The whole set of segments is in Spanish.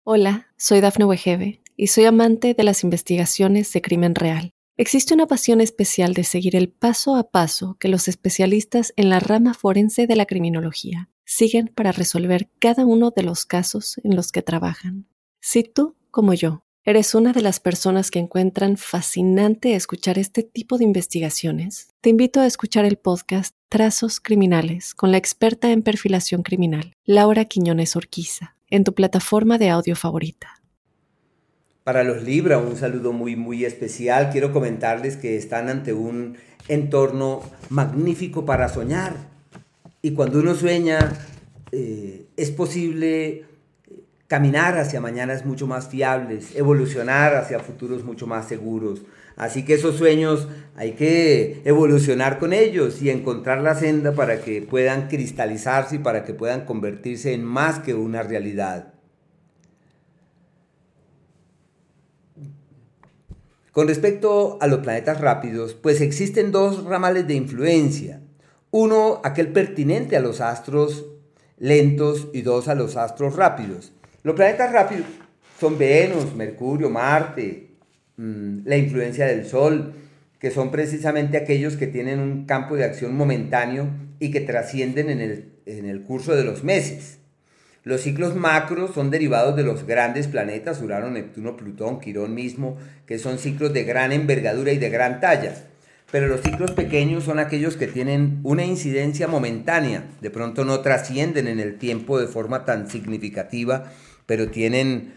Hola, soy Dafne Wegebe y soy amante de las investigaciones de crimen real. Existe una pasión especial de seguir el paso a paso que los especialistas en la rama forense de la criminología siguen para resolver cada uno de los casos en los que trabajan. Si tú, como yo, eres una de las personas que encuentran fascinante escuchar este tipo de investigaciones, te invito a escuchar el podcast Trazos Criminales con la experta en perfilación criminal, Laura Quiñones Orquiza, en tu plataforma de audio favorita. Para los Libra, un saludo muy especial. Quiero comentarles que están ante un entorno magnífico para soñar. Y cuando uno sueña, es posible caminar hacia mañanas mucho más fiables, evolucionar hacia futuros mucho más seguros. Así que esos sueños hay que evolucionar con ellos y encontrar la senda para que puedan cristalizarse y para que puedan convertirse en más que una realidad. Con respecto a los planetas rápidos, pues existen dos ramales de influencia. Uno, aquel pertinente a los astros lentos, y dos, a los astros rápidos. Los planetas rápidos son Venus, Mercurio, Marte, la influencia del Sol, que son precisamente aquellos que tienen un campo de acción momentáneo y que trascienden en el curso de los meses. Los ciclos macros son derivados de los grandes planetas, Urano, Neptuno, Plutón, Quirón mismo, que son ciclos de gran envergadura y de gran talla. Pero los ciclos pequeños son aquellos que tienen una incidencia momentánea, de pronto no trascienden en el tiempo de forma tan significativa, pero tienen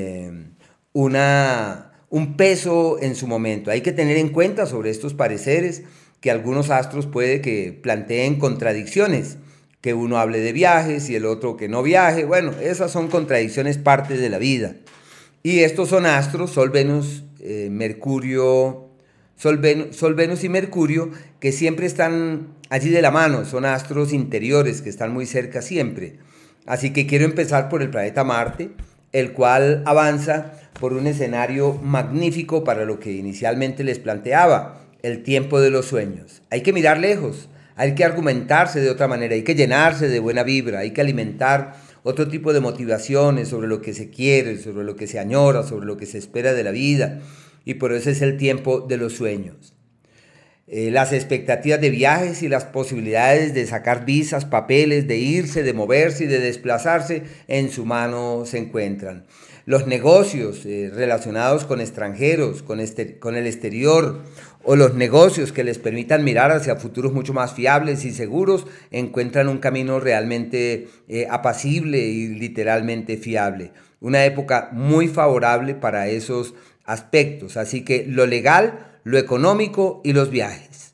un peso en su momento. Hay que tener en cuenta sobre estos pareceres que algunos astros puede que planteen contradicciones, que uno hable de viajes y el otro que no viaje. Bueno, esas son contradicciones partes de la vida. Y estos son astros, Sol, Venus, Mercurio, Sol, Venus y Mercurio, que siempre están allí de la mano, son astros interiores que están muy cerca siempre. Así que quiero empezar por el planeta Marte, el cual avanza por un escenario magnífico para lo que inicialmente les planteaba, el tiempo de los sueños. Hay que mirar lejos, hay que argumentarse de otra manera, hay que llenarse de buena vibra, hay que alimentar otro tipo de motivaciones sobre lo que se quiere, sobre lo que se añora, sobre lo que se espera de la vida. Y por eso es el tiempo de los sueños. Las expectativas de viajes y las posibilidades de sacar visas, papeles, de irse, de moverse y de desplazarse en su mano se encuentran. Los negocios relacionados con extranjeros, con el exterior, o los negocios que les permitan mirar hacia futuros mucho más fiables y seguros, encuentran un camino realmente apacible y literalmente fiable. Una época muy favorable para esos aspectos. Así que lo legal, lo económico y los viajes.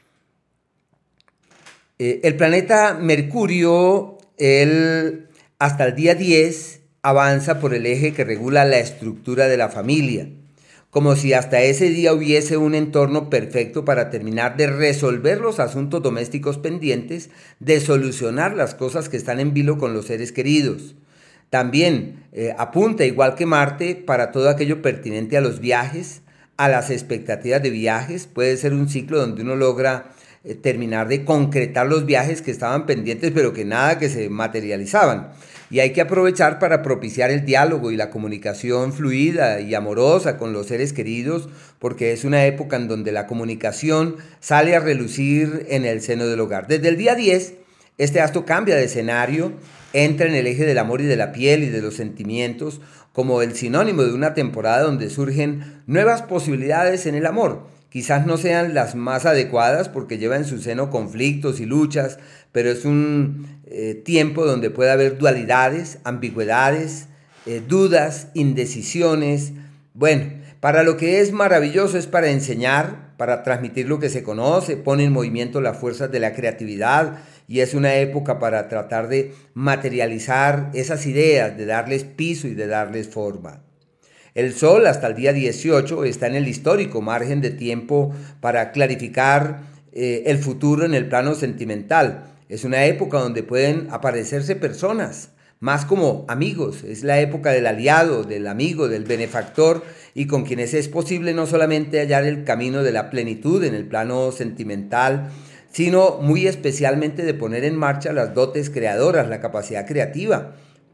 El planeta Mercurio, hasta el día 10, avanza por el eje que regula la estructura de la familia, como si hasta ese día hubiese un entorno perfecto para terminar de resolver los asuntos domésticos pendientes, de solucionar las cosas que están en vilo con los seres queridos. También apunta, igual que Marte, para todo aquello pertinente a los viajes, a las expectativas de viajes. Puede ser un ciclo donde uno logra terminar de concretar los viajes que estaban pendientes, pero que nada que se materializaban. Y hay que aprovechar para propiciar el diálogo y la comunicación fluida y amorosa con los seres queridos, porque es una época en donde la comunicación sale a relucir en el seno del hogar. Desde el día 10, este astro cambia de escenario, entra en el eje del amor y de la piel y de los sentimientos, como el sinónimo de una temporada donde surgen nuevas posibilidades en el amor. Quizás no sean las más adecuadas porque lleva en su seno conflictos y luchas, pero es un tiempo donde puede haber dualidades, ambigüedades, dudas, indecisiones. Bueno, para lo que es maravilloso es para enseñar, para transmitir lo que se conoce, pone en movimiento las fuerzas de la creatividad y es una época para tratar de materializar esas ideas, de darles piso y de darles forma. El Sol hasta el día 18 está en el histórico margen de tiempo para clarificar el futuro en el plano sentimental. Es una época donde pueden aparecerse personas, más como amigos. Es la época del aliado, del amigo, del benefactor y con quienes es posible no solamente hallar el camino de la plenitud en el plano sentimental, sino muy especialmente de poner en marcha las dotes creadoras, la capacidad creativa.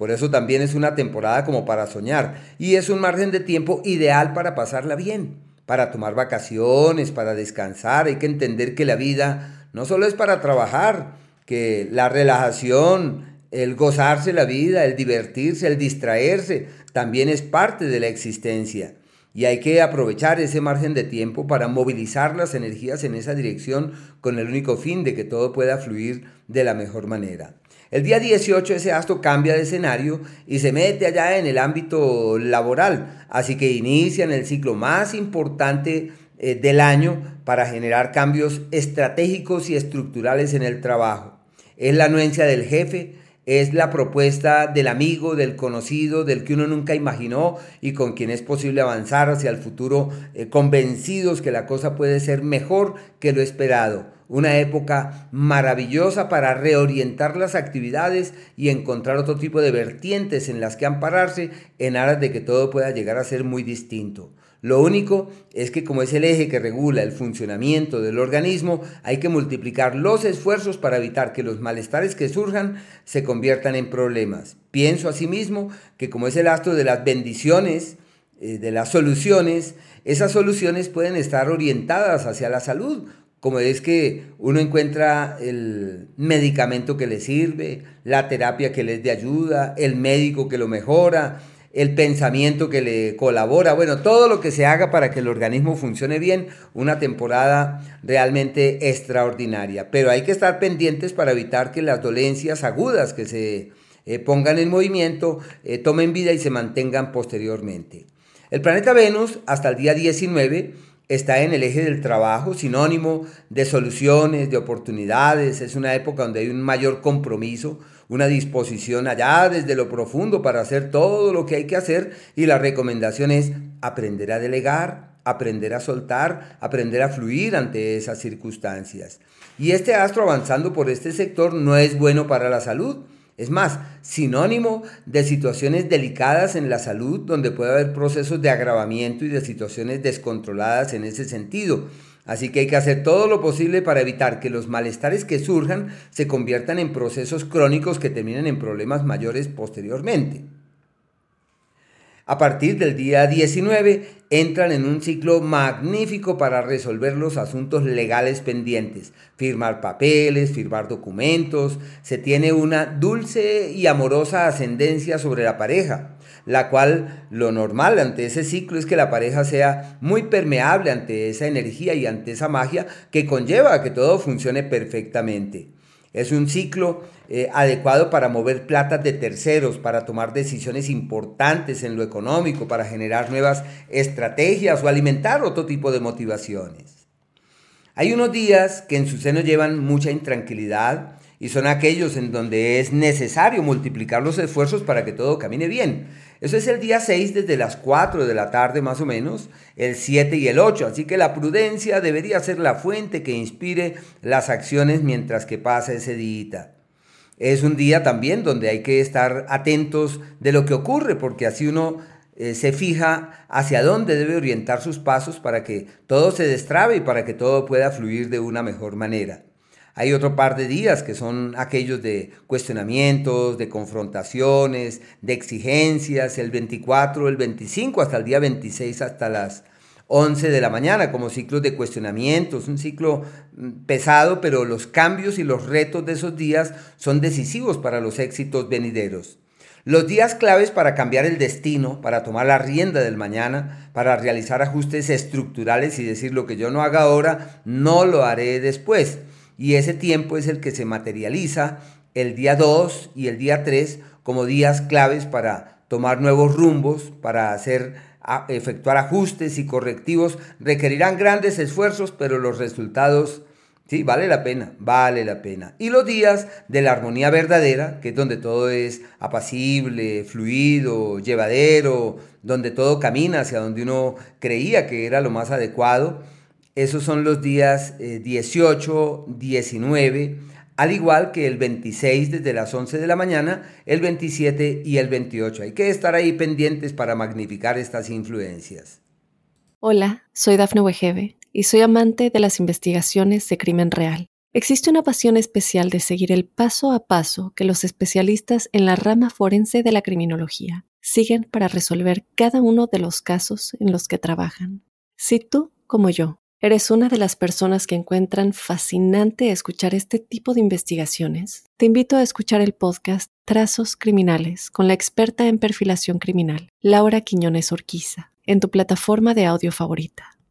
Por eso también es una temporada como para soñar y es un margen de tiempo ideal para pasarla bien, para tomar vacaciones, para descansar. Hay que entender que la vida no solo es para trabajar, que la relajación, el gozarse la vida, el divertirse, el distraerse, también es parte de la existencia. Y hay que aprovechar ese margen de tiempo para movilizar las energías en esa dirección con el único fin de que todo pueda fluir de la mejor manera. El día 18 ese astro cambia de escenario y se mete allá en el ámbito laboral, así que inicia en el ciclo más importante del año para generar cambios estratégicos y estructurales en el trabajo. Es la anuencia del jefe, es la propuesta del amigo, del conocido, del que uno nunca imaginó y con quien es posible avanzar hacia el futuro convencidos que la cosa puede ser mejor que lo esperado. Una época maravillosa para reorientar las actividades y encontrar otro tipo de vertientes en las que ampararse en aras de que todo pueda llegar a ser muy distinto. Lo único es que como es el eje que regula el funcionamiento del organismo, hay que multiplicar los esfuerzos para evitar que los malestares que surjan se conviertan en problemas. Pienso asimismo que como es el astro de las bendiciones, de las soluciones, esas soluciones pueden estar orientadas hacia la salud, como es que uno encuentra el medicamento que le sirve, la terapia que le es de ayuda, el médico que lo mejora, el pensamiento que le colabora, bueno, todo lo que se haga para que el organismo funcione bien, una temporada realmente extraordinaria. Pero hay que estar pendientes para evitar que las dolencias agudas que se pongan en movimiento tomen vida y se mantengan posteriormente. El planeta Venus hasta el día 19 está en el eje del trabajo, sinónimo de soluciones, de oportunidades. Es una época donde hay un mayor compromiso, una disposición allá desde lo profundo para hacer todo lo que hay que hacer y la recomendación es aprender a delegar, aprender a soltar, aprender a fluir ante esas circunstancias. Y este astro avanzando por este sector no es bueno para la salud. Es más, sinónimo de situaciones delicadas en la salud donde puede haber procesos de agravamiento y de situaciones descontroladas en ese sentido. Así que hay que hacer todo lo posible para evitar que los malestares que surjan se conviertan en procesos crónicos que terminen en problemas mayores posteriormente. A partir del día 19 entran en un ciclo magnífico para resolver los asuntos legales pendientes, firmar papeles, firmar documentos. Se tiene una dulce y amorosa ascendencia sobre la pareja, la cual lo normal ante ese ciclo es que la pareja sea muy permeable ante esa energía y ante esa magia que conlleva a que todo funcione perfectamente. Es un ciclo adecuado para mover platas de terceros, para tomar decisiones importantes en lo económico, para generar nuevas estrategias o alimentar otro tipo de motivaciones. Hay unos días que en su seno llevan mucha intranquilidad y son aquellos en donde es necesario multiplicar los esfuerzos para que todo camine bien. Eso es el día 6 desde las 4 de la tarde más o menos, el 7 y el 8, así que la prudencia debería ser la fuente que inspire las acciones mientras que pasa ese día. Es un día también donde hay que estar atentos de lo que ocurre, porque así uno se fija hacia dónde debe orientar sus pasos para que todo se destrabe y para que todo pueda fluir de una mejor manera. Hay otro par de días que son aquellos de cuestionamientos, de confrontaciones, de exigencias, el 24, el 25 hasta el día 26 hasta las 11 de la mañana como ciclos de cuestionamientos, un ciclo pesado, pero los cambios y los retos de esos días son decisivos para los éxitos venideros. Los días claves para cambiar el destino, para tomar la rienda del mañana, para realizar ajustes estructurales y decir lo que yo no haga ahora, no lo haré después. Y ese tiempo es el que se materializa el día 2 y el día 3 como días claves para tomar nuevos rumbos, para efectuar ajustes y correctivos. Requerirán grandes esfuerzos, pero los resultados, sí, vale la pena, vale la pena. Y los días de la armonía verdadera, que es donde todo es apacible, fluido, llevadero, donde todo camina hacia donde uno creía que era lo más adecuado. Esos son los días 18, 19, al igual que el 26 desde las 11 de la mañana, el 27 y el 28. Hay que estar ahí pendientes para magnificar estas influencias. Hola, soy Dafne Wegebe y soy amante de las investigaciones de crimen real. Existe una pasión especial de seguir el paso a paso que los especialistas en la rama forense de la criminología siguen para resolver cada uno de los casos en los que trabajan. Si tú, como yo, eres una de las personas que encuentran fascinante escuchar este tipo de investigaciones, te invito a escuchar el podcast Trazos Criminales con la experta en perfilación criminal, Laura Quiñones Orquiza, en tu plataforma de audio favorita.